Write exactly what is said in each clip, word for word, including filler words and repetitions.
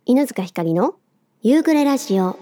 犬塚ひかりの夕暮れラジオ。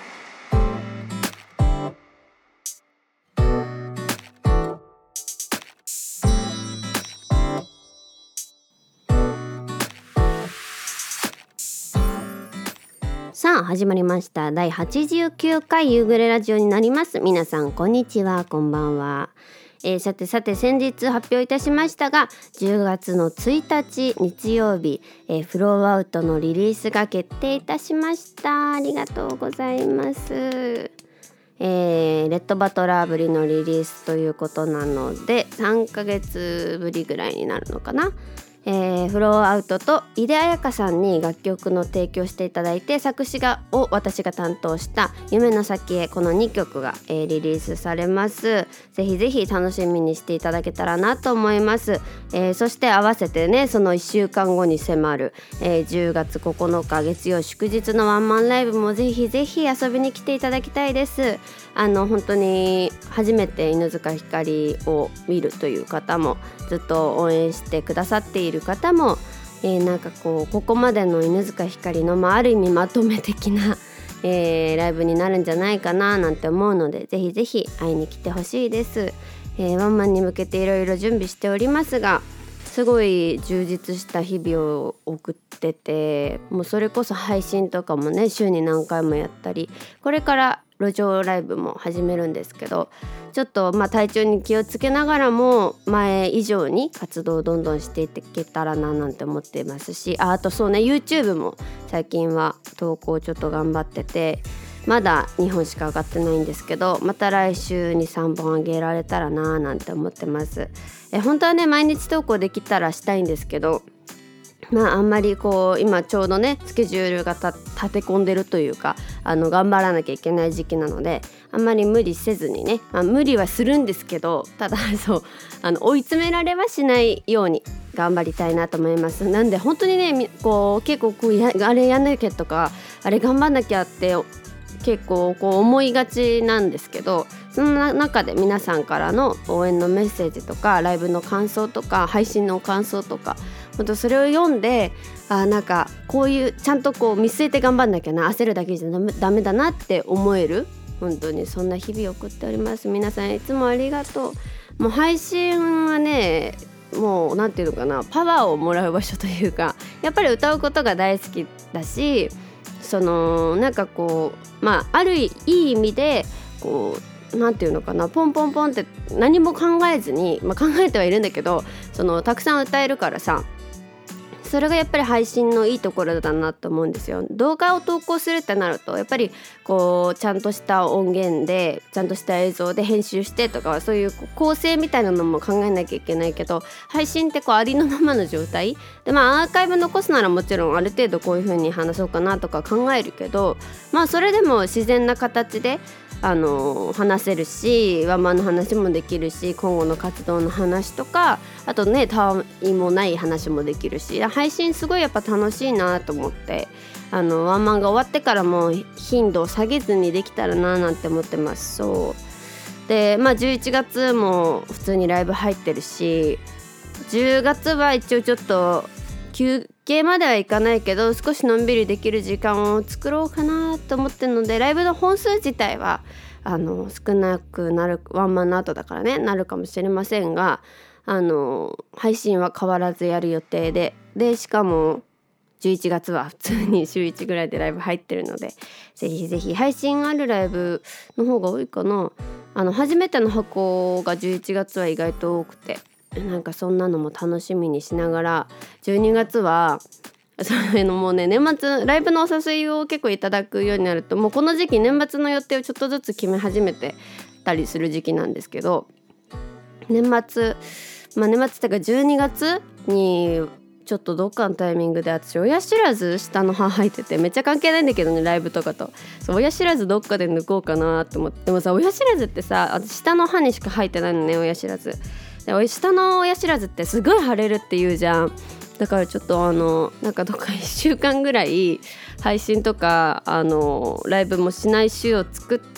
さあ始まりました。だいはちじゅうきゅうかい夕暮れラジオになります。皆さんこんにちは、こんばんは。えー、さてさて先日発表いたしましたが、じゅうがつのついたち日曜日、えー、フローアウトのリリースが決定いたしました。ありがとうございます。えー、レッドバトラーぶりのリリースということなのでさんかげつぶりぐらいになるのかな。えー、フローアウトと井出彩香さんに楽曲の提供していただいて、作詞がを私が担当した夢の先へ、このにきょくが、えー、リリースされます。ぜひぜひ楽しみにしていただけたらなと思います。えー、そして合わせてね、そのいっしゅうかんごに迫る、えー、じゅうがつここのか月曜祝日のワンマンライブもぜひぜひ遊びに来ていただきたいです。あの本当に初めて犬塚ひかりを見るという方も、ずっと応援してくださっている方も、えー、なんかこうここまでの犬塚ひかりの、まあ、ある意味まとめ的な、えー、ライブになるんじゃないかななんて思うので、ぜひぜひ会いに来てほしいです。えー、ワンマンに向けていろいろ準備しておりますが、すごい充実した日々を送ってて、もうそれこそ配信とかもね週に何回もやったり、これから路上ライブも始めるんですけど、ちょっとまあ体調に気をつけながらも前以上に活動をどんどんしていけたらななんて思ってますし、 あ, あとそうね YouTube も最近は投稿ちょっと頑張ってて、まだにほんしか上がってないんですけど、また来週にさんぼん上げられたらななんて思ってます。え本当はね毎日投稿できたらしたいんですけど、まああんまりこう今ちょうどねスケジュールがた立て込んでるというか、あの頑張らなきゃいけない時期なので、あんまり無理せずにね、まあ、無理はするんですけど、ただそうあの追い詰められはしないように頑張りたいなと思います。なんで本当にねこう結構こうやあれやんなきゃとか、あれ頑張んなきゃって結構こう思いがちなんですけど、その中で皆さんからの応援のメッセージとか、ライブの感想とか、配信の感想とか、本当それを読んで、あなんかこういうちゃんとこう見据えて頑張んなきゃな、焦るだけじゃダメ、ダメだなって思える、本当にそんな日々を送っております。皆さんいつもありがとう。もう配信はね、もうなんていうのかな、パワーをもらう場所というか、やっぱり歌うことが大好きだし、そのなんかこうまああるいい意味でこうなんていうのかな、ポンポンポンって何も考えずに、まあ、考えてはいるんだけど、そのたくさん歌えるからさ、それがやっぱり配信のいいところだなと思うんですよ。動画を投稿するってなるとやっぱりこうちゃんとした音源でちゃんとした映像で編集してとか、そういう構成みたいなのも考えなきゃいけないけど、配信ってこうありのままの状態で、まあアーカイブ残すならもちろんある程度こういう風に話そうかなとか考えるけど、まあそれでも自然な形であの話せるし、ワンマンの話もできるし、今後の活動の話とか、あとねたわいもない話もできるし、配信すごいやっぱ楽しいなと思って、あのワンマンが終わってからも頻度を下げずにできたらななんて思ってます。そうで、まあじゅういちがつも普通にライブ入ってるし、じゅうがつは一応ちょっと休憩まではいかないけど少しのんびりできる時間を作ろうかなと思ってるので、ライブの本数自体はあの少なくなる、ワンマンの後だからねなるかもしれませんが、あの配信は変わらずやる予定で、でしかもじゅういちがつは普通に週いちぐらいでライブ入ってるので、ぜひぜひ配信あるライブの方が多いかな。あの初めての箱がじゅういちがつは意外と多くて、なんかそんなのも楽しみにしながら、じゅうにがつはそういうのもうね、年末ライブのお誘いを結構いただくようになると、もうこの時期年末の予定をちょっとずつ決め始めてたりする時期なんですけど、年末まあ年末っていうかじゅうにがつにちょっとどっかのタイミングで、私親知らず下の歯入ってて、めっちゃ関係ないんだけどねライブとかと、そう親知らずどっかで抜こうかなと思って。でもさ、親知らずってさ、私下の歯にしか入ってないのね、親知らずで、下の親知らずってすごい腫れるって言うじゃん。だからちょっとあのなんかどっかいっしゅうかんぐらい配信とかあのライブもしない週を作って、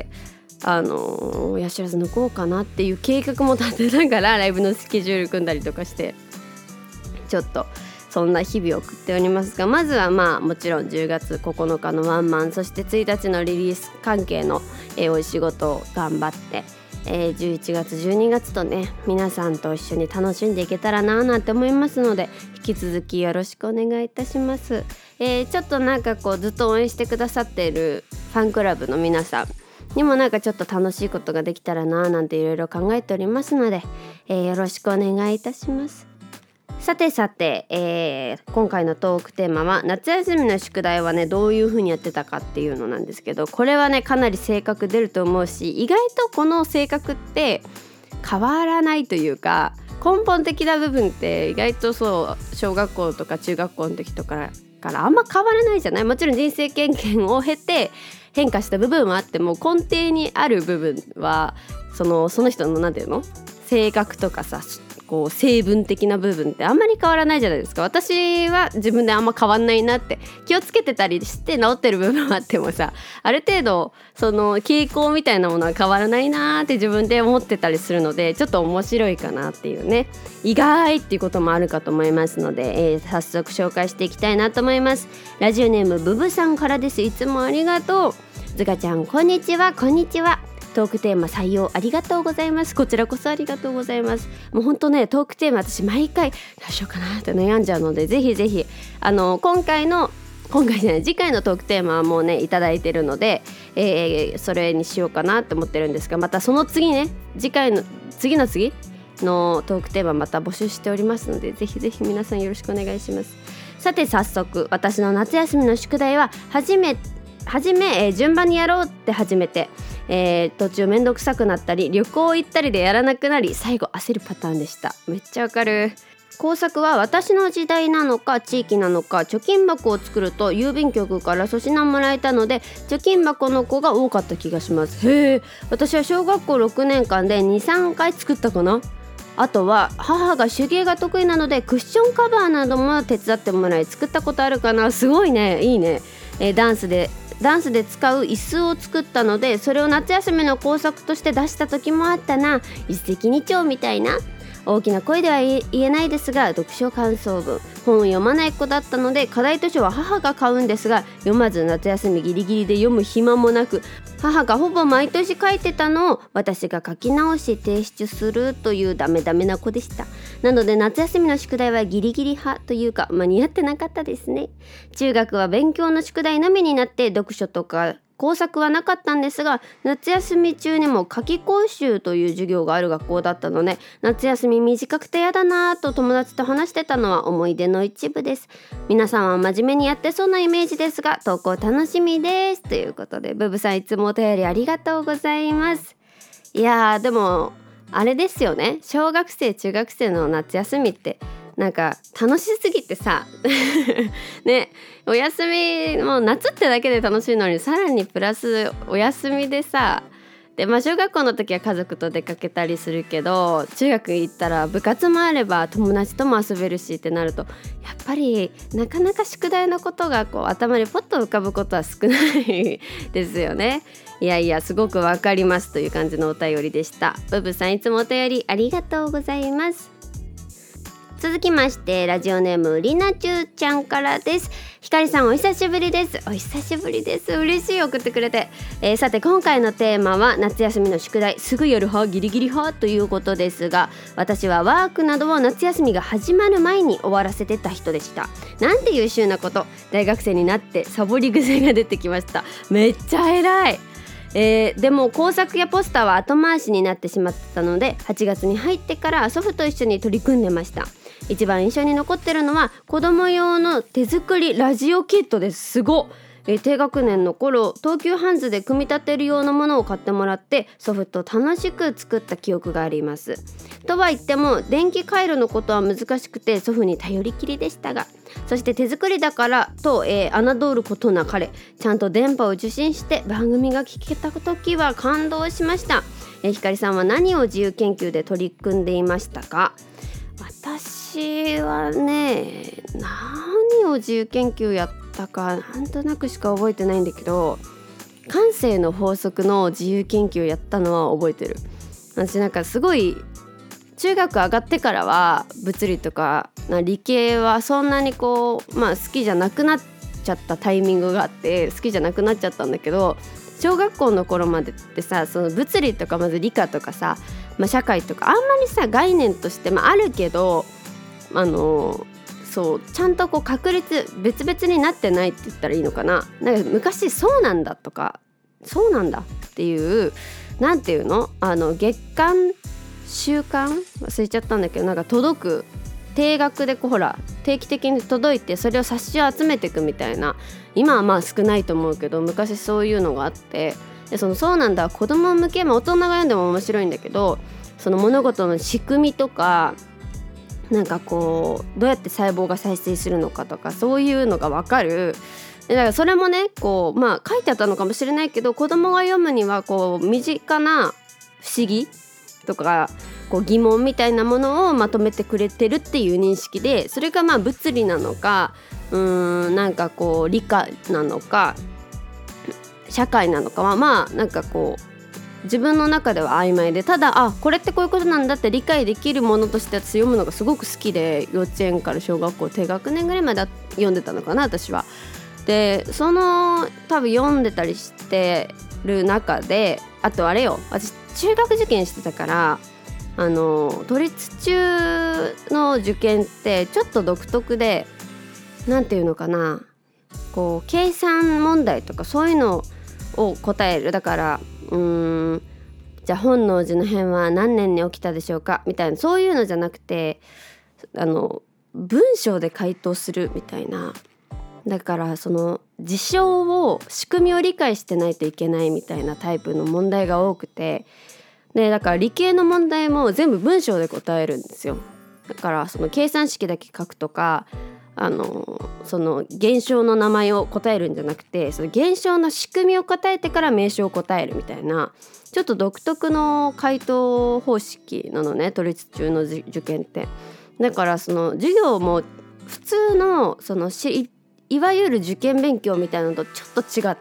あの親知らず抜こうかなっていう計画も立てながらライブのスケジュール組んだりとかして、ちょっとそんな日々を送っておりますが、まずはまあもちろんじゅうがつここのかのワンマン、そしてついたちのリリース関係の、えー、お仕事を頑張って、えー、じゅういちがつじゅうにがつとね皆さんと一緒に楽しんでいけたらななんて思いますので、引き続きよろしくお願いいたします。えー、ちょっとなんかこうずっと応援してくださっているファンクラブの皆さんにもなんかちょっと楽しいことができたらななんていろいろ考えておりますので、えー、よろしくお願いいたします。さてさて、えー、今回のトークテーマは夏休みの宿題はねどういう風にやってたかっていうのなんですけど、これはねかなり性格出ると思うし、意外とこの性格って変わらないというか、根本的な部分って意外とそう小学校とか中学校の時とかからあんま変わらないじゃない。もちろん人生経験を経て変化した部分はあっても、根底にある部分はそのその人のなんていうの性格とかさ、こう成分的な部分ってあんまり変わらないじゃないですか。私は自分であんま変わんないなって気をつけてたりして治ってる部分はあってもさ、ある程度その傾向みたいなものは変わらないなって自分で思ってたりするので、ちょっと面白いかなっていうね、意外っていうこともあるかと思いますので、えー、早速紹介していきたいなと思います。ラジオネームブブさんからです。いつもありがとう。ずかちゃんこんにちは。こんにちは。トークテーマ採用ありがとうございます。こちらこそありがとうございます。もうほんとねトークテーマ私毎回どうしようかなって悩んじゃうので、ぜひぜひあの今回の今回じゃない次回のトークテーマはもうねいただいてるので、えー、それにしようかなって思ってるんですが、またその次ね次回の次の次のトークテーマまた募集しておりますので、ぜひぜひ皆さんよろしくお願いします。さて早速私の夏休みの宿題は初めはじめ、えー、順番にやろうって始めて、えー、途中めんどくさくなったり旅行行ったりでやらなくなり、最後焦るパターンでした。めっちゃわかる。工作は私の時代なのか地域なのか、貯金箱を作ると郵便局から粗品もらえたので貯金箱の子が多かった気がします。へえ、私は小学校ろくねんかんで にさんかい作ったかな。あとは母が手芸が得意なのでクッションカバーなども手伝ってもらい作ったことあるかな。すごいね、いいね。えー、ダンスでダンスで使う椅子を作ったので、それを夏休みの工作として出した時もあったな。一石二鳥みたいな。大きな声では言えないですが、読書感想文、本を読まない子だったので課題図書は母が買うんですが、読まず夏休みギリギリで読む暇もなく、母がほぼ毎年書いてたのを私が書き直し提出するというダメダメな子でした。なので夏休みの宿題はギリギリ派というか間に合ってなかったですね。中学は勉強の宿題のみになって読書とか工作はなかったんですが、夏休み中にも夏期講習という授業がある学校だったので、夏休み短くてやだなと友達と話してたのは思い出の一部です。皆さんは真面目にやってそうなイメージですが、投稿楽しみですということで、ブブさんいつもお便りありがとうございます。いやーでもあれですよね、小学生中学生の夏休みってなんか楽しすぎてさね、お休みもう夏ってだけで楽しいのに、さらにプラスお休みでさ、でまあ小学校の時は家族と出かけたりするけど、中学行ったら部活もあれば友達とも遊べるしってなると、やっぱりなかなか宿題のことがこう頭にポッと浮かぶことは少ないですよね。いやいやすごくわかりますという感じのお便りでした。ブブさんいつもお便りありがとうございます。続きましてラジオネームりなちゅうちゃんからです。ひかりさんお久しぶりです。お久しぶりです。嬉しい、送ってくれて、えー、さて今回のテーマは夏休みの宿題すぐやる派ギリギリ派ということですが、私はワークなどを夏休みが始まる前に終わらせてた人でした。なんて優秀なこと。大学生になってサボり癖が出てきました。めっちゃ偉い。えー、でも工作やポスターは後回しになってしまったので、はちがつに入ってから祖父と一緒に取り組んでました。一番印象に残ってるのは子供用の手作りラジオキットです。すごっ。えー、低学年の頃東急ハンズで組み立てる用のものを買ってもらって祖父と楽しく作った記憶があります。とは言っても電気回路のことは難しくて祖父に頼りきりでしたが、そして手作りだからと、えー、侮ることなかれちゃんと電波を受信して番組が聞けた時は感動しました。えー、ひかりさんは何を自由研究で取り組んでいましたか？私はね、何を自由研究やったかなんとなくしか覚えてないんだけど、慣性の法則の自由研究やったのは覚えてる。私なんかすごい中学上がってからは物理とか理系はそんなにこう、まあ、好きじゃなくなっちゃったタイミングがあって好きじゃなくなっちゃったんだけど、小学校の頃までってさ、その物理とかまず理科とかさ、まあ、社会とかあんまりさ概念として、まあ、あるけどあのそうちゃんとこう確率別々になってないって言ったらいいのかな。なんか昔そうなんだとかそうなんだっていうなんていうのあの月間週間忘れちゃったんだけど、なんか届く定額でこうほら定期的に届いてそれを冊子を集めていくみたいな、今はまあ少ないと思うけど昔そういうのがあって、でそのそうなんだ子供向けも大人が読んでも面白いんだけど、その物事の仕組みとかなんかこうどうやって細胞が再生するのかとかそういうのが分かる。でだからそれもねこうまあ書いてあったのかもしれないけど、子供が読むにはこう身近な不思議とかこう疑問みたいなものをまとめてくれてるっていう認識で、それがまあ物理なのかうーんなんかこう理科なのか社会なのかはまあなんかこう自分の中では曖昧で、ただあこれってこういうことなんだって理解できるものとして読むのがすごく好きで、幼稚園から小学校低学年ぐらいまで読んでたのかな私は。でその多分読んでたりしてる中で、あとあれよ私中学受験してたからあの都立中の受験ってちょっと独特で、なんていうのかなこう計算問題とかそういうのを答える。だからうーんじゃあ本能寺の変は何年に起きたでしょうかみたいな、そういうのじゃなくてあの文章で回答するみたいな。だからその事象を仕組みを理解してないといけないみたいなタイプの問題が多くて、でだから理系の問題も全部文章で答えるんですよ。だからその計算式だけ書くとかあのその現象の名前を答えるんじゃなくて、その現象の仕組みを答えてから名称を答えるみたいな、ちょっと独特の回答方式なのね都立中の受験って。だからその授業も普通のそのしいわゆる受験勉強みたいなのとちょっと違って、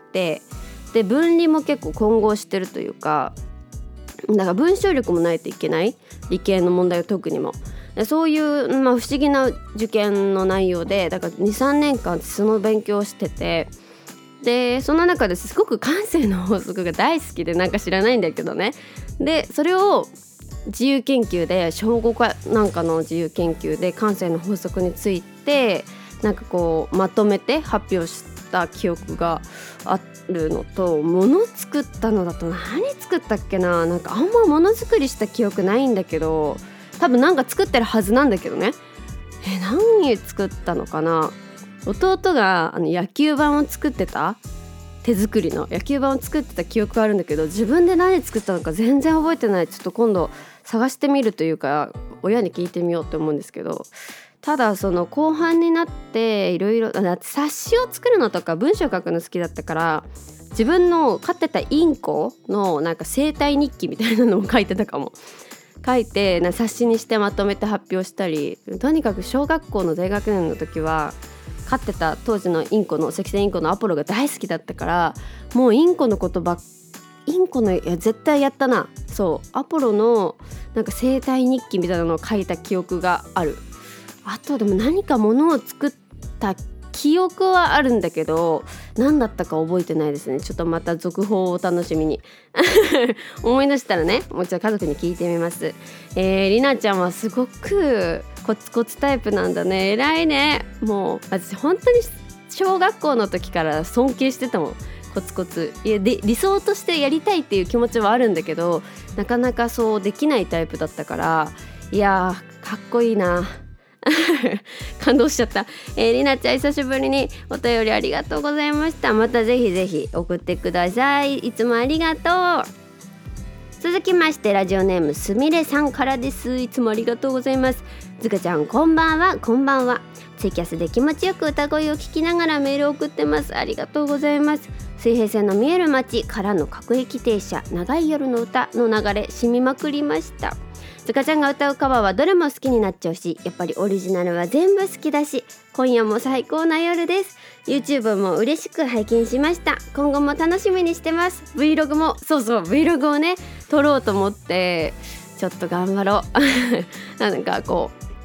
で分離も結構混合してるというか、だから文章力もないといけない理系の問題は特にもそういう、まあ、不思議な受験の内容で、だから に,さん 年間その勉強をしてて、でその中ですごく慣性の法則が大好きで、なんか知らないんだけどね。でそれを自由研究で小ごかなんかの自由研究で慣性の法則についてなんかこうまとめて発表した記憶があるのと、物作ったのだと何作ったっけな、なんかあんま物作りした記憶ないんだけど、多分なんか作ってるはずなんだけどね。え何作ったのかな。弟があの野球盤を作ってた、手作りの野球盤を作ってた記憶があるんだけど、自分で何作ったのか全然覚えてない。ちょっと今度探してみるというか親に聞いてみようと思うんですけど、ただその後半になっていろいろ冊子を作るのとか文章書くの好きだったから、自分の飼ってたインコのなんか生態日記みたいなのも書いてたかも。書いてな冊子にしてまとめて発表したり、とにかく小学校の低学年の時は飼ってた当時のインコの赤線インコのアポロが大好きだったから、もうインコのことばっインコのいや絶対やったな。そうアポロのなんか生態日記みたいなのを書いた記憶がある。あとでも何か物を作った記憶はあるんだけど何だったか覚えてないですね。ちょっとまた続報をお楽しみに思い出したらねもうちょっと家族に聞いてみます。えー、りなちゃんはすごくコツコツタイプなんだね。偉いね。もう私本当に小学校の時から尊敬してたもん。コツコツいやで理想としてやりたいっていう気持ちはあるんだけど、なかなかそうできないタイプだったから、いやーかっこいいな感動しちゃった。えー、りなちゃん久しぶりにお便りありがとうございました。またぜひぜひ送ってください。いつもありがとう。続きましてラジオネームすみれさんからです。いつもありがとうございます。ずかちゃんこんばんは。こんばんは。ツイキャスで気持ちよく歌声を聞きながらメールを送ってます。ありがとうございます。水平線の見える街からの各駅停車長い夜の歌の流れ染みまくりました。ずかちゃんが歌うカバーはどれも好きになっちゃうし、やっぱりオリジナルは全部好きだし、今夜も最高な夜です。 YouTube も嬉しく拝見しました。今後も楽しみにしてます。 Vlog もそうそう Vlog をね撮ろうと思ってちょっと頑張ろうなんかこう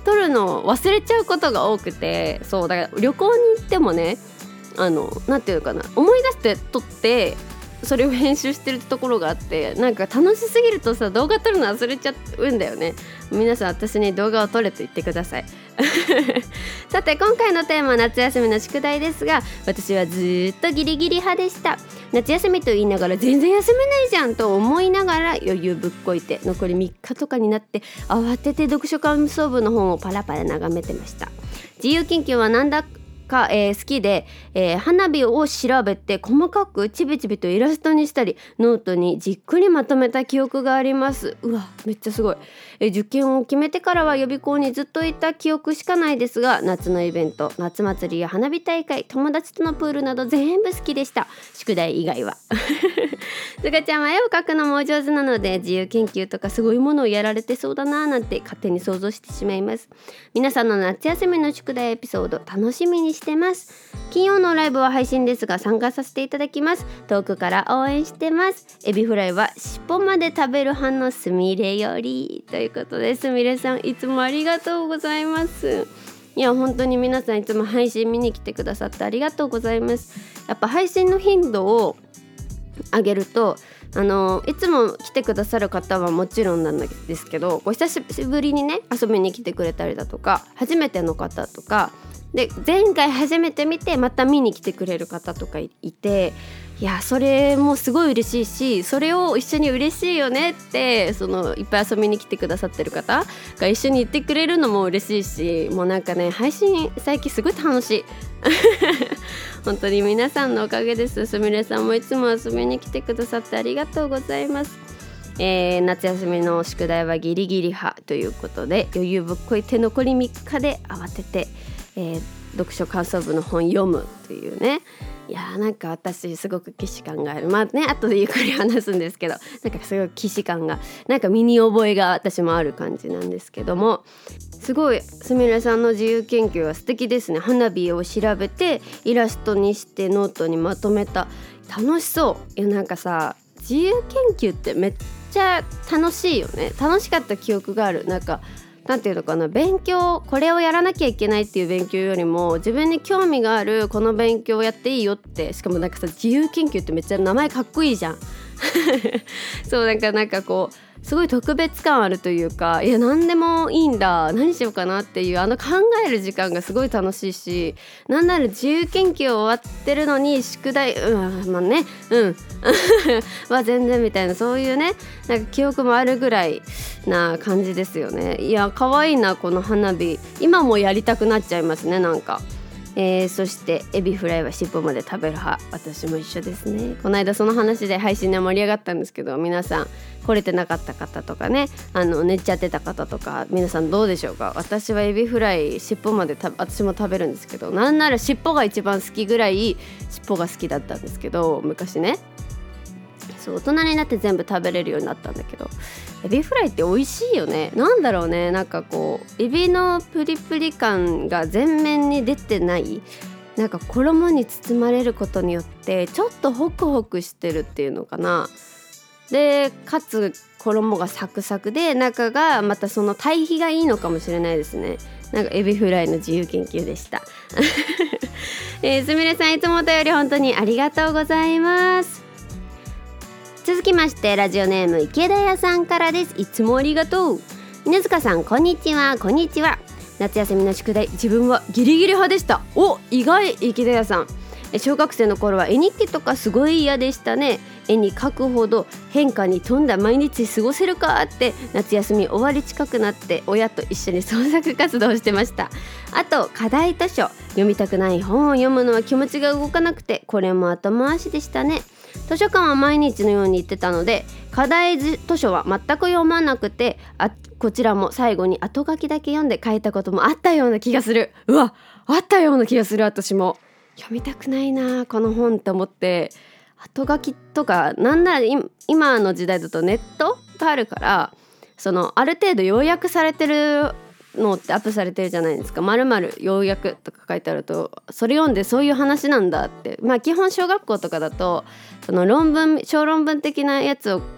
撮るの忘れちゃうことが多くて、そうだから旅行に行ってもね、あのなんていうのかな、思い出して撮ってそれを編集してるところがあって、なんか楽しすぎるとさ動画撮るの忘れちゃうんだよね。皆さん私に動画を撮れと言ってくださいさて今回のテーマは夏休みの宿題ですが、私はずっとギリギリ派でした。夏休みと言いながら全然休めないじゃんと思いながら余裕ぶっこいて、残りみっかとかになって慌てて読書感想文の本をパラパラ眺めてました。自由研究はなんだか、えー、好きで、えー、花火を調べて細かくちびちびとイラストにしたりノートにじっくりまとめた記憶があります。うわめっちゃすごい、えー、受験を決めてからは予備校にずっといた記憶しかないですが、夏のイベント、夏祭りや花火大会、友達とのプールなど全部好きでした。宿題以外はすがちゃんは絵を描くのもお上手なので、自由研究とかすごいものをやられてそうだななんて勝手に想像してしまいます。皆さんの夏休みの宿題エピソード楽しみにしてます。金曜のライブは配信ですが参加させていただきます。遠くから応援してます。エビフライは尻尾まで食べる派のすみれよりということで、すみれさんいつもありがとうございます。いや本当に皆さんいつも配信見に来てくださってありがとうございます。やっぱ配信の頻度を上げると、あのいつも来てくださる方はもちろんなんですけど、ご久しぶりにね遊びに来てくれたりだとか、初めての方とかで前回初めて見てまた見に来てくれる方とかいて、いやそれもすごい嬉しいし、それを一緒に嬉しいよねってそのいっぱい遊びに来てくださってる方が一緒に言ってくれるのも嬉しいし、もうなんかね配信最近すごい楽しい本当に皆さんのおかげです。すみれさんもいつも遊びに来てくださってありがとうございます。えー、夏休みの宿題はギリギリ派ということで、余裕ぶっこいて残りみっかで慌てて、えー、読書感想文の本読むというね。いやーなんか私すごく既視感がある。まあね後でゆっくり話すんですけど、なんかすごい既視感がなんか身に覚えが私もある感じなんですけども、すごいすみれさんの自由研究は素敵ですね。花火を調べてイラストにしてノートにまとめた、楽しそう。いやなんかさ自由研究ってめっちゃ楽しいよね。楽しかった記憶がある。なんかなんていうのかな、勉強これをやらなきゃいけないっていう勉強よりも自分に興味があるこの勉強をやっていいよって、しかもなんかさ自由研究ってめっちゃ名前かっこいいじゃんそうなんかなんかこうすごい特別感あるというか、いや何でもいいんだ、何しようかなっていうあの考える時間がすごい楽しいし、なんなら自由研究終わってるのに宿題うんまあねうんは全然みたいな、そういうねなんか記憶もあるぐらいな感じですよね。いや可愛いなこの花火、今もやりたくなっちゃいますねなんか。えー、そしてエビフライは尻尾まで食べる派、私も一緒ですね。この間その話で配信で盛り上がったんですけど、皆さん来れてなかった方とかね、あの寝ちゃってた方とか皆さんどうでしょうか。私はエビフライ尻尾までた私も食べるんですけど、なんなら尻尾が一番好きぐらい尻尾が好きだったんですけど、昔ねそう大人になって全部食べれるようになったんだけど、エビフライって美味しいよね。なんだろうね、なんかこうエビのプリプリ感が全面に出てない、なんか衣に包まれることによってちょっとホクホクしてるっていうのかな。でかつ衣がサクサクで中がまたその対比がいいのかもしれないですね。なんかエビフライの自由研究でしたえー、すみれさんいつもお便り本当にありがとうございます。続きましてラジオネーム池田屋さんからです。いつもありがとう。犬塚さんこんにちは。こんにちは。夏休みの宿題自分はギリギリ派でした。お意外。池田屋さん、小学生の頃は絵日記とかすごい嫌でしたね。絵に描くほど変化に富んだ毎日過ごせるかって夏休み終わり近くなって親と一緒に創作活動をしてました。あと課題図書、読みたくない本を読むのは気持ちが動かなくて、これも後回しでしたね。図書館は毎日のように行ってたので課題図書は全く読まなくて、あこちらも最後に後書きだけ読んで書いたこともあったような気がする。うわあったような気がする。私も読みたくないなこの本って思って、後書きとかなんなら今の時代だとネットがあるから、そのある程度要約されてるのってアップされてるじゃないですか。〇〇要約とか書いてあると、それ読んでそういう話なんだって、まあ基本小学校とかだとその論文小論文的なやつを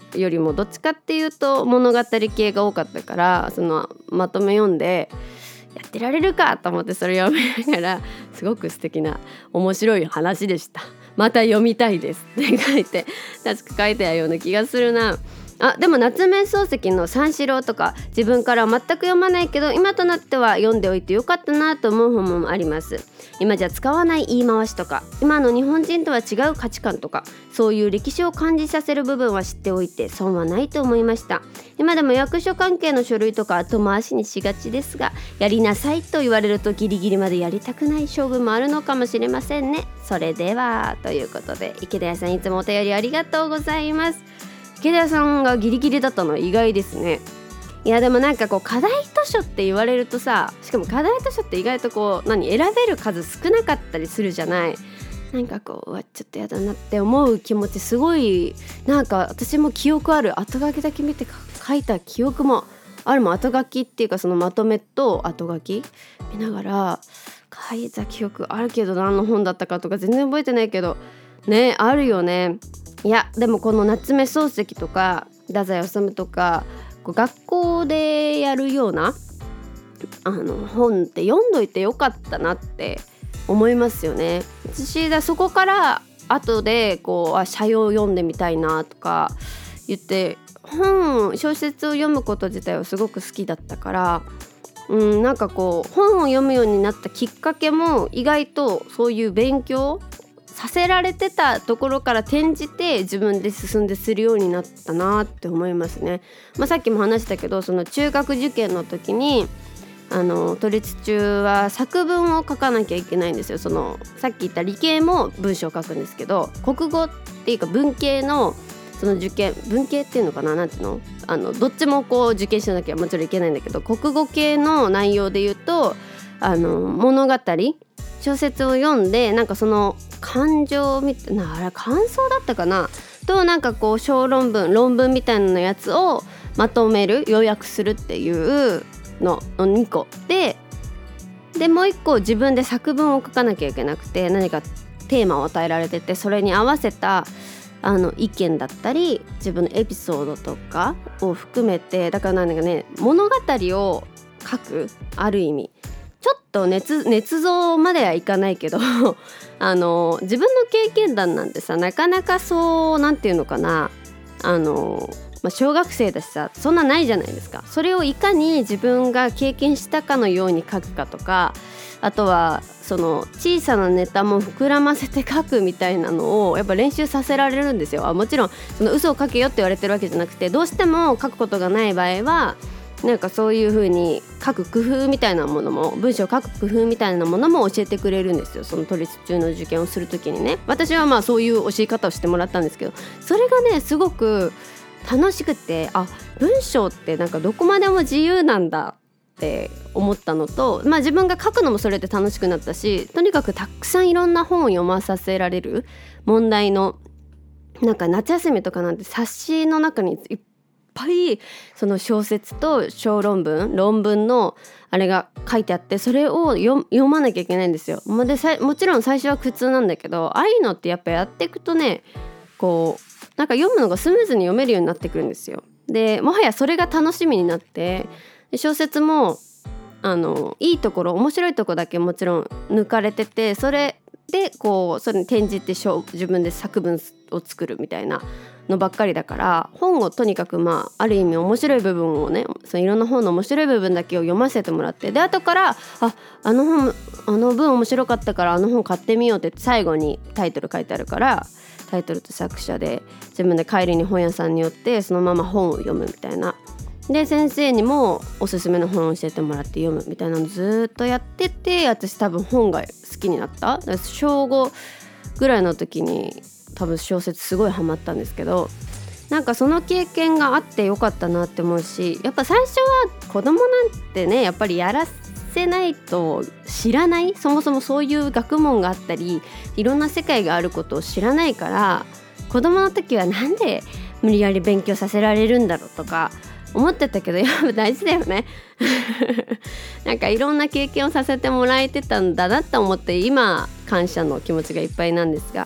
よりもどっちかっていうと物語系が多かったから、そのまとめ読んでやってられるかと思ってそれ読みながら、すごく素敵な面白い話でした。また読みたいですって書いて、確か書いてあるような気がするな。あ、でも夏目漱石の三四郎とか自分からは全く読まないけど今となっては読んでおいてよかったなと思う本もあります。今じゃ使わない言い回しとか今の日本人とは違う価値観とかそういう歴史を感じさせる部分は知っておいて損はないと思いました。今でも役所関係の書類とか後回しにしがちですが、やりなさいと言われるとギリギリまでやりたくない勝負もあるのかもしれませんね。それではということで、池田屋さんいつもお便りありがとうございます。池田屋さんがギリギリだったのは意外ですね。いやでもなんかこう課題図書って言われるとさ、しかも課題図書って意外とこう何選べる数少なかったりするじゃない。なんかこううわちょっとやだなって思う気持ちすごい、なんか私も記憶ある。後書きだけ見て書いた記憶もあるもん。後書きっていうかそのまとめと後書き見ながら書いた記憶あるけど、何の本だったかとか全然覚えてないけどね、あるよね。いやでもこの夏目漱石とか太宰治とかこう学校でやるようなあの本って読んどいてよかったなって思いますよね。私だそこから後でこうあ社用読んでみたいなとか言って本小説を読むこと自体はすごく好きだったから、うん、なんかこう本を読むようになったきっかけも意外とそういう勉強させられてたところから転じて自分で進んでするようになったなって思いますね。まあ、さっきも話したけどその中学受験の時にあの都立中は作文を書かなきゃいけないんですよ。そのさっき言った理系も文章を書くんですけど、国語っていうか文系のその受験文系っていうのかな、なんていうの、あのどっちもこう受験しなきゃもちろんいけないんだけど、国語系の内容で言うとあの物語小説を読んでなんかその感情みたいなあれ感想だったかなとなんかこう小論文論文みたいなやつをまとめる要約するっていうのにこででもういっこ自分で作文を書かなきゃいけなくて、何かテーマを与えられててそれに合わせたあの意見だったり自分のエピソードとかを含めて、だからなんかね物語を書くある意味ちょっと 捏, 捏造まではいかないけどあの自分の経験談なんてさなかなかそうなんていうのかなあの、まあ、小学生だしさそんなないじゃないですか。それをいかに自分が経験したかのように書くかとか、あとはその小さなネタも膨らませて書くみたいなのをやっぱ練習させられるんですよ。あもちろんその嘘を書けよって言われてるわけじゃなくて、どうしても書くことがない場合はなんかそういう風に書く工夫みたいなものも文章を書く工夫みたいなものも教えてくれるんですよ。その都立中の受験をするときにね、私はまあそういう教え方をしてもらったんですけど、それがねすごく楽しくて、あ文章ってなんかどこまでも自由なんだって思ったのと、まあ自分が書くのもそれで楽しくなったし、とにかくたくさんいろんな本を読まさせられる問題のなんか夏休みとかなんて冊子の中にいっぱいその小説と小論文論文のあれが書いてあって、それを 読, 読まなきゃいけないんですよ。でさもちろん最初は苦痛なんだけど、ああいうのってやっぱやっていくとねこうなんか読むのがスムーズに読めるようになってくるんですよ。でもはやそれが楽しみになって、小説もあのいいところ面白いところだけもちろん抜かれてて、それでこうそれに転じて自分で作文を作るみたいなのばっかりだから、本をとにかくまあある意味面白い部分をね、そのいろんな本の面白い部分だけを読ませてもらって、で後からああの本あの文面白かったからあの本買ってみようって最後にタイトル書いてあるから、タイトルと作者で自分で帰りに本屋さんに寄ってそのまま本を読むみたいな、で先生にもおすすめの本を教えてもらって読むみたいなのずっとやってて、私多分本が好きになった。小ごぐらいの時に多分小説すごいハマったんですけど、なんかその経験があってよかったなって思うし、やっぱ最初は子供なんてねやっぱりやらせないと知らない、そもそもそういう学問があったりいろんな世界があることを知らないから、子供の時はなんで無理やり勉強させられるんだろうとか思ってたけど、やっぱ大事だよねなんかいろんな経験をさせてもらえてたんだなって思って今感謝の気持ちがいっぱいなんですが、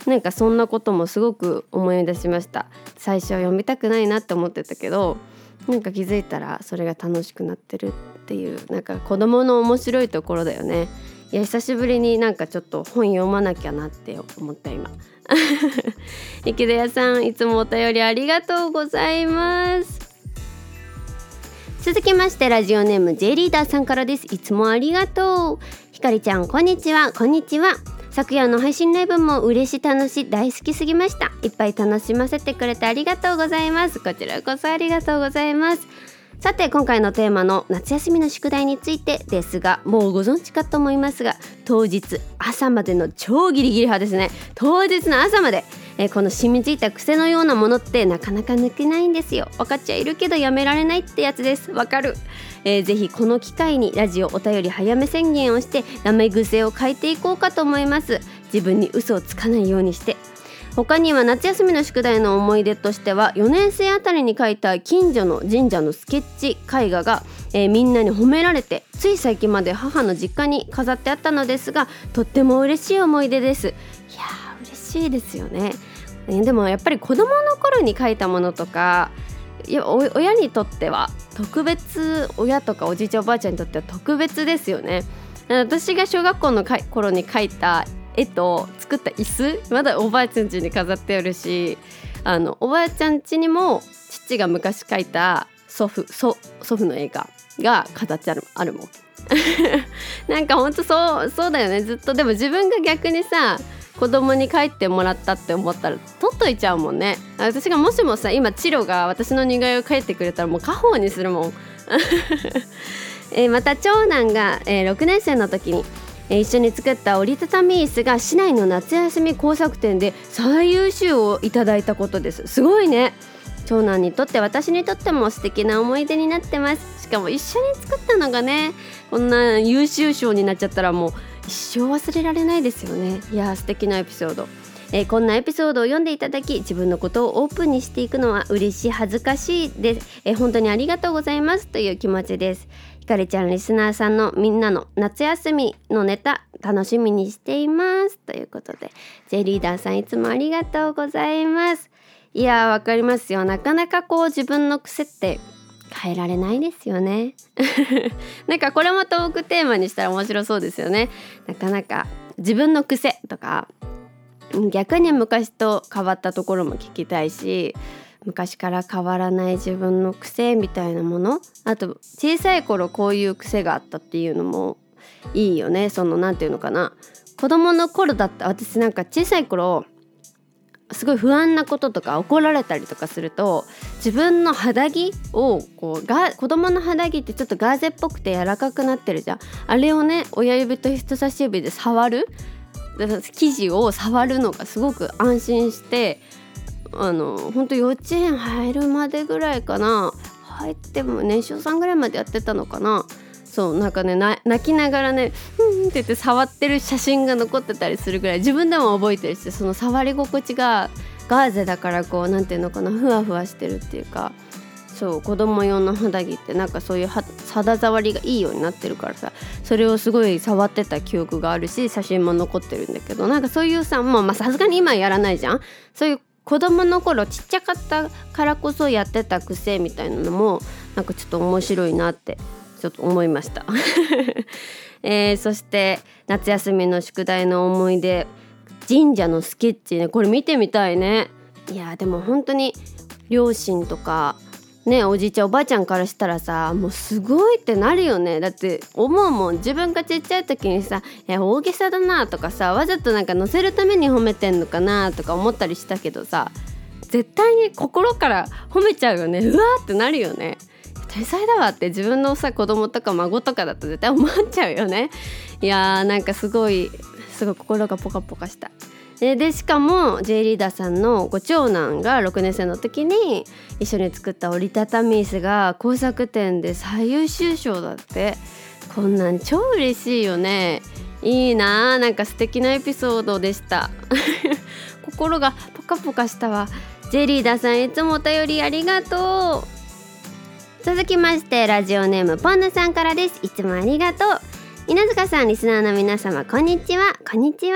なんかそんなこともすごく思い出しました。最初は読みたくないなって思ってたけど、なんか気づいたらそれが楽しくなってるっていう、なんか子供の面白いところだよね。いや久しぶりになんかちょっと本読まなきゃなって思った今池田屋さん、いつもお便りありがとうございます。続きましてラジオネーム J リーダーさんからです。いつもありがとう。ひかりちゃんこんにちは。こんにちは。昨夜の配信ライブも嬉し楽し大好きすぎました。いっぱい楽しませてくれてありがとうございます。こちらこそありがとうございます。さて今回のテーマの夏休みの宿題についてですが、もうご存知かと思いますが、当日朝までの超ギリギリ派ですね。当日の朝まで、えー、この染みついた癖のようなものってなかなか抜けないんですよ。分かっちゃいるけどやめられないってやつです。わかる、えー、ぜひこの機会にラジオお便り早め宣言をしてダメ癖を変えていこうかと思います。自分に嘘をつかないようにして。他には夏休みの宿題の思い出としては、よねん生あたりに描いた近所の神社のスケッチ絵画が、えー、みんなに褒められて、つい最近まで母の実家に飾ってあったのですが、とっても嬉しい思い出です。いやー嬉しいですよね。えー、でもやっぱり子供の頃に描いたものとか、いや親にとっては特別、親とかおじいちゃんおばあちゃんにとっては特別ですよね。私が小学校の頃に描いた絵と作った椅子、まだおばあちゃん家に飾ってあるし、あのおばあちゃん家にも父が昔描いた祖父、祖、祖父の絵がが飾ってある、あるもんなんかほんとそう、そうだよね。ずっとでも自分が逆にさ子供に描いてもらったって思ったら取っといちゃうもんね。私がもしもさ今チロが私の似顔絵を描いてくれたらもう家宝にするもんえー、また長男が、えー、ろくねん生の時に一緒に作った折りたたみ椅子が市内の夏休み工作展で最優秀をいただいたことです。すごいね。長男にとって私にとっても素敵な思い出になってます。しかも一緒に作ったのがね、こんな優秀賞になっちゃったらもう一生忘れられないですよね。いや素敵なエピソード、えー、こんなエピソードを読んでいただき、自分のことをオープンにしていくのは嬉しい、恥ずかしいです、えー、本当にありがとうございますという気持ちです。ひかりちゃんリスナーさんのみんなの夏休みのネタ楽しみにしていますということで、 J リーダーさんいつもありがとうございます。いやわかりますよ。なかなかこう自分の癖って変えられないですよねなんかこれもトークテーマにしたら面白そうですよね。なかなか自分の癖とか、逆に昔と変わったところも聞きたいし、昔から変わらない自分の癖みたいなもの、あと小さい頃こういう癖があったっていうのもいいよね。そのなんていうのかな、子供の頃だった私なんか小さい頃すごい不安なこととか怒られたりとかすると、自分の肌着をこうが子供の肌着ってちょっとガーゼっぽくて柔らかくなってるじゃん。あれをね親指と人差し指で触る、生地を触るのがすごく安心して、あの本当幼稚園入るまでぐらいかな、入っても年少さんぐらいまでやってたのかな。そうなんかねな泣きながらねうんって言って触ってる写真が残ってたりするぐらい自分でも覚えてるし、その触り心地がガーゼだからこうなんていうのかな、ふわふわしてるっていうか、そう子供用の肌着ってなんかそういう肌触りがいいようになってるからさ、それをすごい触ってた記憶があるし、写真も残ってるんだけど、なんかそういうさ、もうまあさすがに今やらないじゃん。そういう子供の頃ちっちゃかったからこそやってた癖みたいなのもなんかちょっと面白いなってちょっと思いましたえー、そして夏休みの宿題の思い出、神社のスケッチね、これ見てみたいね。いやでも本当に両親とかね、おじいちゃんおばあちゃんからしたらさ、もうすごいってなるよね。だって思うもん、自分がちっちゃい時にさ、え大げさだなとかさ、わざとなんか乗せるために褒めてんのかなとか思ったりしたけどさ、絶対に心から褒めちゃうよね。うわーってなるよね。天才だわって自分のさ子供とか孫とかだと絶対思っちゃうよね。いやーなんかすごいすごい心がポカポカした。でしかも J リーダーさんのご長男がろくねん生の時に一緒に作った折りたたみ椅子が工作展で最優秀賞だって。こんなん超嬉しいよね。いいな、なんか素敵なエピソードでした心がポカポカしたわ。 J リーダーさんいつもお便りありがとう。続きましてラジオネームポンヌさんからです。いつもありがとう。稲塚さん、リスナーの皆様こんにちは。こんにちは。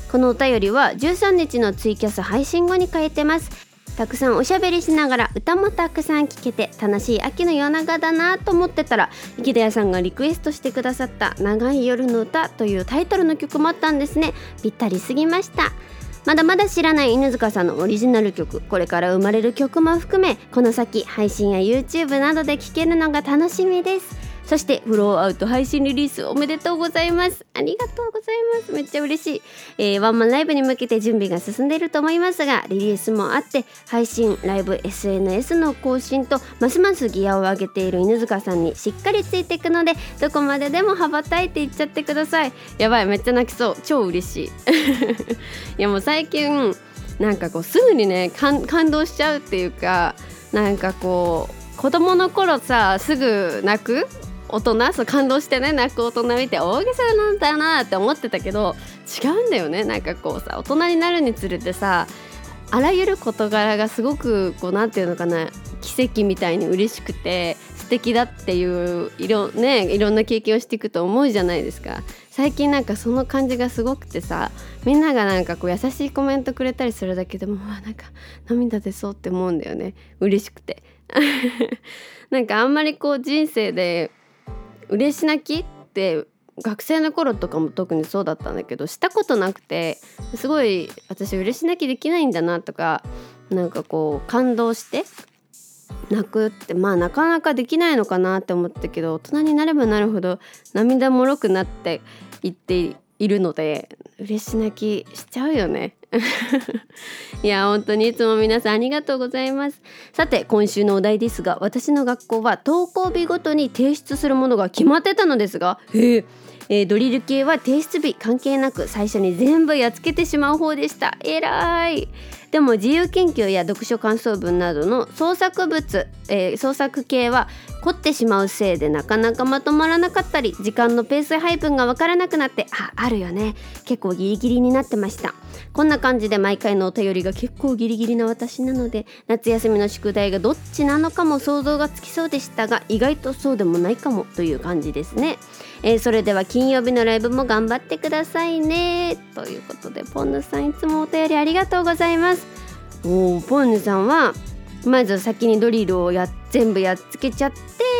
このお便りはじゅうさんにちのツイキャス配信後に書いてます。たくさんおしゃべりしながら歌もたくさん聴けて楽しい秋の夜長だなと思ってたら、池田屋さんがリクエストしてくださった長い夜の歌というタイトルの曲もあったんですね。ぴったりすぎました。まだまだ知らない犬塚さんのオリジナル曲、これから生まれる曲も含め、この先配信や YouTube などで聴けるのが楽しみです。そしてフローアウト配信リリースおめでとうございます。ありがとうございます。めっちゃ嬉しい、えー、ワンマンライブに向けて準備が進んでいると思いますが、リリースもあって配信、ライブ、 エスエヌエス の更新とますますギアを上げている犬塚さんにしっかりついていくので、どこまででも羽ばたいていっちゃってください。やばい、めっちゃ泣きそう。超嬉しいいやもう最近なんかこうすぐにね感動しちゃうっていうか、なんかこう子供の頃さすぐ泣く大人、そう感動してね泣く大人見て大げさなんだなって思ってたけど、違うんだよね。なんかこうさ、大人になるにつれてさ、あらゆる事柄がすごくこうなんていうのかな、奇跡みたいに嬉しくて素敵だっていういろ、ね、いろんな経験をしていくと思うじゃないですか。最近なんかその感じがすごくてさ、みんながなんかこう優しいコメントくれたりするだけでもなんか涙出そうって思うんだよね。嬉しくてなんかあんまりこう人生で嬉し泣きって学生の頃とかも特にそうだったんだけどしたことなくて、すごい私嬉し泣きできないんだなとか、なんかこう感動して泣くってまあなかなかできないのかなって思ったけど、大人になればなるほど涙もろくなっていっているので嬉し泣きしちゃうよねいや本当にいつも皆さんありがとうございます。さて今週のお題ですが、私の学校は登校日ごとに提出するものが決まってたのですが、へーえー、ドリル系は提出日関係なく最初に全部やっつけてしまう方でした。えらい。でも自由研究や読書感想文などの創作物、えー、創作系は凝ってしまうせいでなかなかまとまらなかったり、時間のペース配分がわからなくなって、あ、あるよね、結構ギリギリになってました。こんな感じで毎回のお便りが結構ギリギリな私なので、夏休みの宿題がどっちなのかも想像がつきそうでしたが、意外とそうでもないかもという感じですね。えー、それでは金曜日のライブも頑張ってくださいねということで、ポンヌさんいつもお便りありがとうございます。おー、ポンヌさんはまず先にドリルをや全部やっつけちゃって、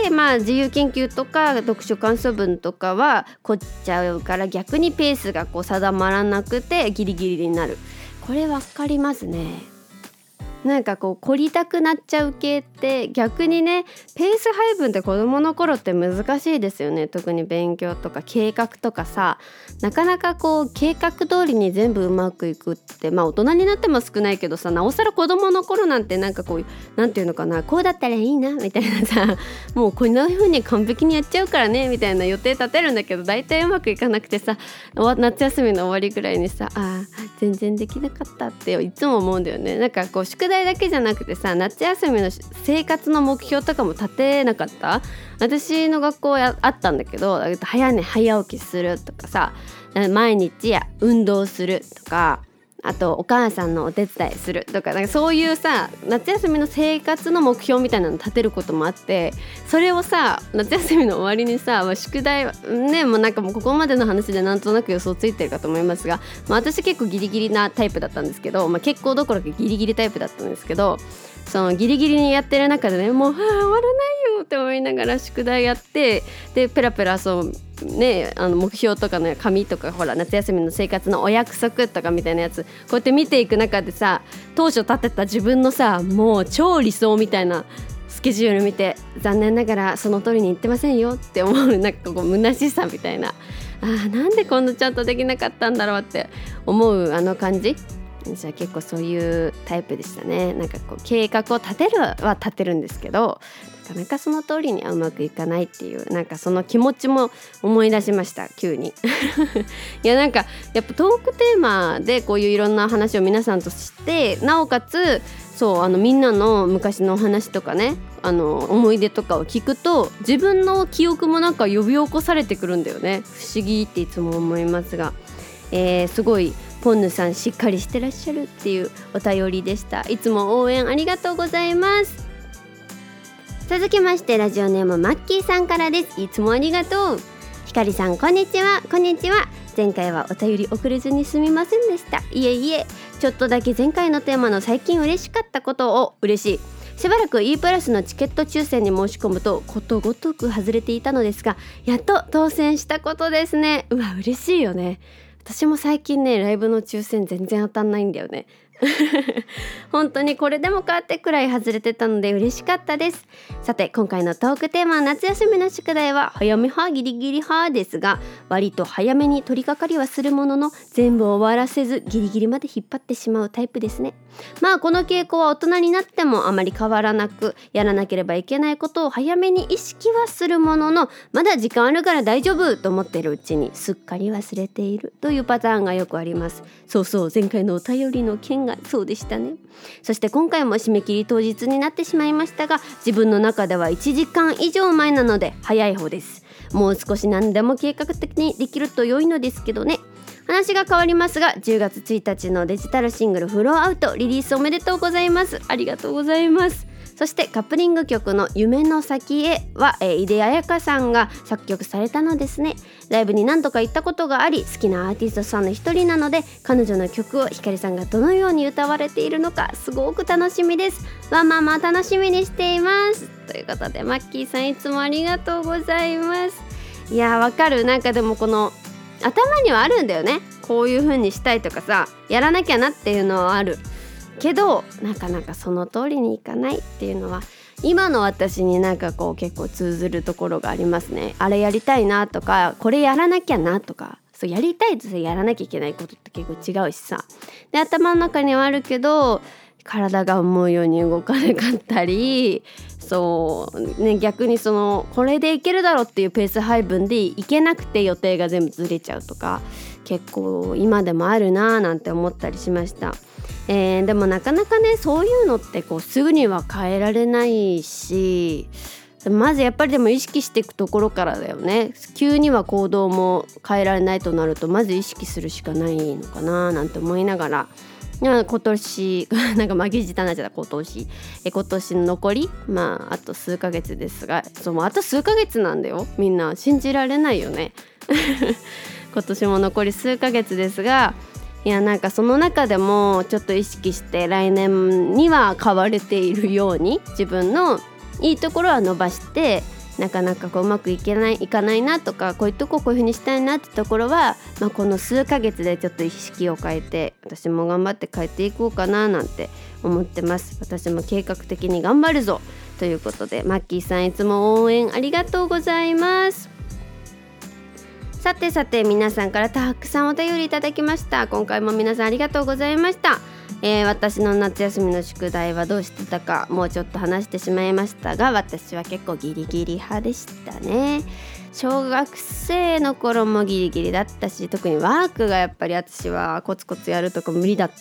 まあ自由研究とか読書感想文とかは凝っちゃうから、逆にペースがこう定まらなくてギリギリになる。これわかりますね。なんかこう凝りたくなっちゃう系って逆にね、ペース配分って子どもの頃って難しいですよね。特に勉強とか計画とかさ、なかなかこう計画通りに全部うまくいくって、まあ大人になっても少ないけどさ、なおさら子どもの頃なんてなんかこうなんていうのかな、こうだったらいいなみたいなさ、もうこんな風に完璧にやっちゃうからねみたいな予定立てるんだけど、大体うまくいかなくてさ、夏休みの終わりぐらいにさ、あ全然できなかったっていつも思うんだよね。なんかこう宿題だけじゃなくてさ、夏休みの生活の目標とかも立てなかった。私の学校はあったんだけど、早寝早起きするとかさ、毎日や運動するとか、あとお母さんのお手伝いするとか、なんかそういうさ夏休みの生活の目標みたいなの立てることもあって、それをさ夏休みの終わりにさ、まあ、宿題ね、もうなんかもうここまでの話でなんとなく予想ついてるかと思いますが、まあ、私結構ギリギリなタイプだったんですけど、まあ、結構どころかギリギリタイプだったんですけど、そのギリギリにやってる中でね、もう、はあ、終わらないよって思いながら宿題やって、でペラペラそうね、あの目標とかの紙とか、ほら夏休みの生活のお約束とかみたいなやつこうやって見ていく中でさ、当初立てた自分のさもう超理想みたいなスケジュール見て、残念ながらその通りにいってませんよって思う、なんかこう虚しさみたいな、あーなんでこんなちゃんとできなかったんだろうって思うあの感じ。じゃあ結構そういうタイプでしたね。なんかこう計画を立てるは立てるんですけど、なかなかその通りにはうまくいかないっていう、なんかその気持ちも思い出しました急にいやなんかやっぱトークテーマでこういういろんな話を皆さんとして、なおかつそうあのみんなの昔のお話とかね、あの思い出とかを聞くと、自分の記憶もなんか呼び起こされてくるんだよね。不思議っていつも思いますが、えー、すごいポンヌさんしっかりしてらっしゃるっていうお便りでした。いつも応援ありがとうございます。続きましてラジオネームマッキーさんからです。いつもありがとう。 ひかりさんこんにちは。こんにちは。前回はお便り送れずにすみませんでした。いえいえ、ちょっとだけ前回のテーマの最近嬉しかったことを嬉しい。しばらく E プラスのチケット抽選に申し込むとことごとく外れていたのですが、やっと当選したことですね。うわ嬉しいよね。私も最近ねライブの抽選全然当たんないんだよね本当にこれでもかってくらい外れてたので嬉しかったです。さて今回のトークテーマ、夏休みの宿題は早め派ギリギリ派ですが、割と早めに取り掛かりはするものの全部終わらせずギリギリまで引っ張ってしまうタイプですね。まあこの傾向は大人になってもあまり変わらなく、やらなければいけないことを早めに意識はするものの、まだ時間あるから大丈夫と思っているうちにすっかり忘れているというパターンがよくあります。そうそう、前回のお便りの件がそうでしたね。そして今回も締め切り当日になってしまいましたが、自分の中ではいちじかん以上前なので早い方です。もう少し何でも計画的にできると良いのですけどね。話が変わりますが、じゅうがつついたちのデジタルシングルフローアウトリリースおめでとうございます。ありがとうございます。そしてカップリング曲の夢の先へは、えー、井出彩香さんが作曲されたのですね。ライブに何度か行ったことがあり、好きなアーティストさんの一人なので、彼女の曲をひかりさんがどのように歌われているのかすごく楽しみです。わまあまあ楽しみにしています。ということでマッキーさんいつもありがとうございます。いやわかる。なんかでもこの頭にはあるんだよね。こういう風にしたいとかさ、やらなきゃなっていうのはあるけど、なかなかその通りにいかないっていうのは今の私になんかこう結構通ずるところがありますね。あれやりたいなとか、これやらなきゃなとか、そうやりたいとやらなきゃいけないことって結構違うしさ、で頭の中にはあるけど体が思うように動かなかったり、そうね、逆にそのこれでいけるだろうっていうペース配分でいけなくて予定が全部ずれちゃうとか結構今でもあるなーなんて思ったりしました。えー、でもなかなかねそういうのってこうすぐには変えられないし、まずやっぱりでも意識していくところからだよね。急には行動も変えられないとなるとまず意識するしかないのかななんて思いながら、今年なんかまぎじたなっちゃった今年え今年の残りまああと数ヶ月ですが、そうもうあと数ヶ月なんだよ。みんな信じられないよね今年も残り数ヶ月ですが、いやなんかその中でもちょっと意識して来年には変われているように自分のいいところは伸ばして、なかなかこううまくいけないいかないなとか、こういうとここういう風にしたいなってところは、まあ、この数ヶ月でちょっと意識を変えて私も頑張って変えていこうかななんて思ってます。私も計画的に頑張るぞということで、マッキーさんいつも応援ありがとうございます。さてさて皆さんからたくさんお便りいただきました。今回も皆さんありがとうございました。えー、私の夏休みの宿題はどうしてたかもうちょっと話してしまいましたが、私は結構ギリギリ派でしたね。小学生の頃もギリギリだったし、特にワークがやっぱり私はコツコツやるとか無理だった。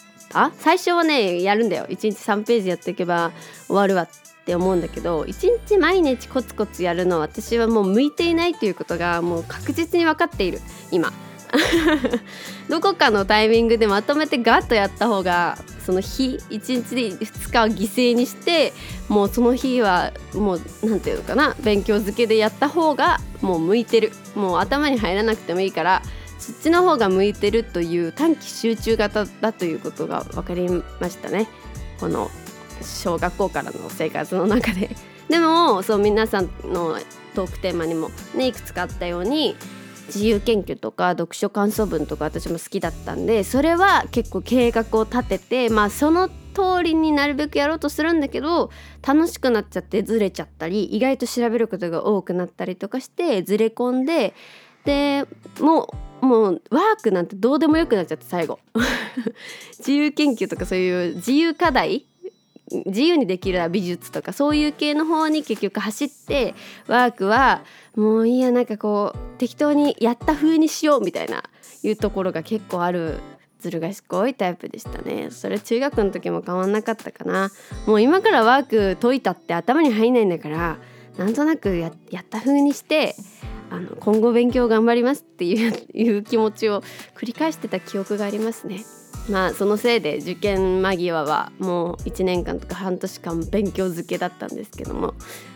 最初はねやるんだよ。いちにちさんページやっていけば終わるわって思うんだけど、いちにち毎日コツコツやるのは私はもう向いていないということがもう確実に分かっている今どこかのタイミングでまとめてガッとやった方が、その日いちにちでふつかを犠牲にしてもうその日はもうなんていうのかな、勉強漬けでやった方がもう向いてる。もう頭に入らなくてもいいからそっちの方が向いてるという短期集中型だということが分かりましたね、この小学校からの生活の中で。でもそう皆さんのトークテーマにもねいくつかあったように、自由研究とか読書感想文とか私も好きだったんで、それは結構計画を立てて、まあその通りになるべくやろうとするんだけど、楽しくなっちゃってずれちゃったり、意外と調べることが多くなったりとかしてずれ込んで、でもうもうワークなんてどうでもよくなっちゃって最後自由研究とかそういう自由課題、自由にできる美術とかそういう系の方に結局走って、ワークはもういいや、なんかこう適当にやった風にしようみたいないうところが結構あるずる賢いタイプでしたね。それ中学の時も変わんなかったかな。もう今からワーク解いたって頭に入んないんだから、なんとなく や, やった風にしてあの今後勉強頑張りますっていう、いう気持ちを繰り返してた記憶がありますね。まあそのせいで受験間際はもういちねんかんとか半年間勉強漬けだったんですけども、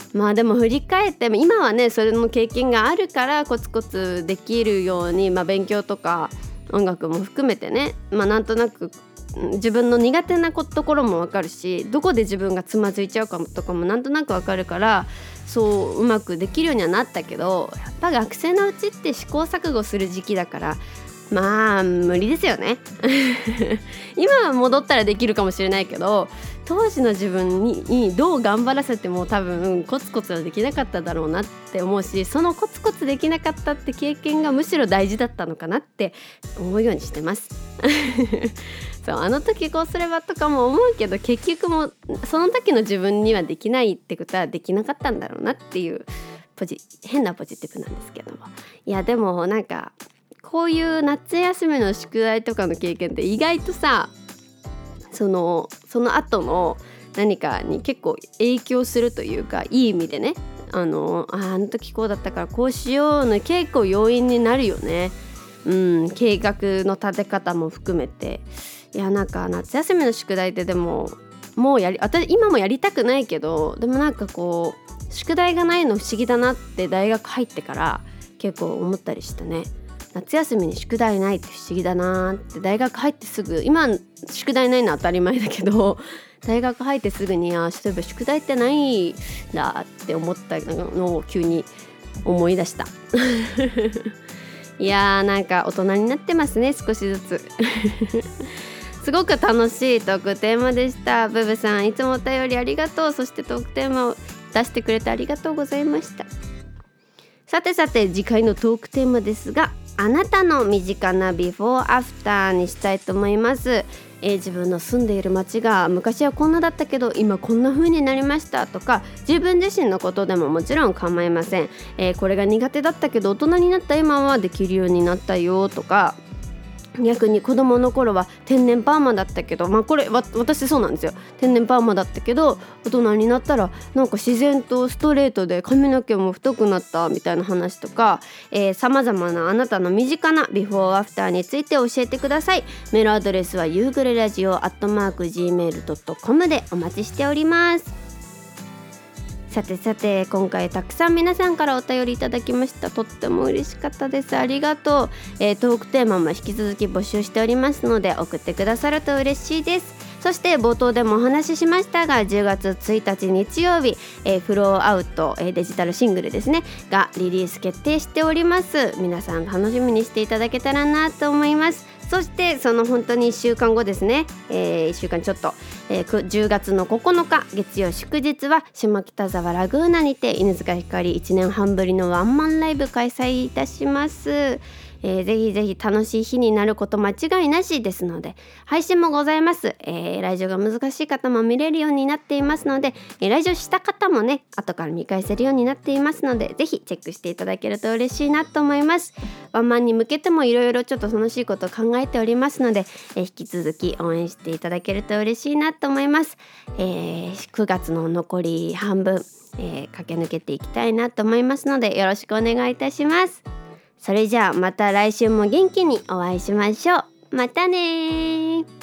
まあでも振り返って今はねそれの経験があるからコツコツできるように、まあ、勉強とか音楽も含めてね、まあ、なんとなく自分の苦手なところも分かるし、どこで自分がつまずいちゃうかとかもなんとなく分かるから、そううまくできるようにはなったけど、やっぱ学生のうちって試行錯誤する時期だからまあ無理ですよね今は戻ったらできるかもしれないけど、当時の自分 に, にどう頑張らせても多分コツコツはできなかっただろうなって思うし、そのコツコツできなかったって経験がむしろ大事だったのかなって思うようにしてますそう、あの時こうすればとかも思うけど、結局もうその時の自分にはできないってことはできなかったんだろうなっていうポジ変なポジティブなんですけども、いやでもなんかこういう夏休みの宿題とかの経験って意外とさ、そのその後の何かに結構影響するというか、いい意味でね、あの あ, あの時こうだったからこうしようの結構要因になるよね。うん、計画の立て方も含めて。いやなんか夏休みの宿題ってでももうやり私今もやりたくないけど、でもなんかこう宿題がないの不思議だなって大学入ってから結構思ったりしたね。夏休みに宿題ないって不思議だなって大学入ってすぐ、今宿題ないのは当たり前だけど大学入ってすぐにあそういえば宿題ってないんだって思ったのを急に思い出したいやーなんか大人になってますね、少しずつすごく楽しいトークテーマでした。ブブさんいつもお便りありがとう。そしてトークテーマを出してくれてありがとうございました。さてさて次回のトークテーマですが、あなたの身近なビフォーアフターにしたいと思います。えー、自分の住んでいる街が昔はこんなだったけど今こんな風になりましたとか、自分自身のことでももちろん構いません。えー、これが苦手だったけど大人になった今はできるようになったよとか、逆に子供の頃は天然パーマだったけど、まあこれわ私そうなんですよ。天然パーマだったけど大人になったらなんか自然とストレートで髪の毛も太くなったみたいな話とか、えー、様々なあなたの身近なビフォーアフターについて教えてください。メールアドレスはユーグレラジオアットマーク ジーメールドットコム でお待ちしております。さてさて今回たくさん皆さんからお便りいただきました。とっても嬉しかったです。ありがとう。えー、トークテーマも引き続き募集しておりますので送ってくださると嬉しいです。そして冒頭でもお話ししましたがじゅうがつついたち日曜日、えー、フローアウト、えー、デジタルシングルですねがリリース決定しております。皆さん楽しみにしていただけたらなと思います。そしてその本当にいっしゅうかんごですね、えー、いっしゅうかんちょっと、えー、じゅうがつのここのか月曜祝日は下北沢ラグーナにて犬塚ひかりいちねんはんぶりのワンマンライブ開催いたします。えー、ぜひぜひ楽しい日になること間違いなしですので、配信もございます。えー、来場が難しい方も見れるようになっていますので、えー、来場した方もね後から見返せるようになっていますので、ぜひチェックしていただけると嬉しいなと思います。ワンマンに向けてもいろいろちょっと楽しいことを考えておりますので、えー、引き続き応援していただけると嬉しいなと思います。えー、くがつの残り半分、えー、駆け抜けていきたいなと思いますのでよろしくお願いいたします。それじゃあまた来週も元気にお会いしましょう。またね。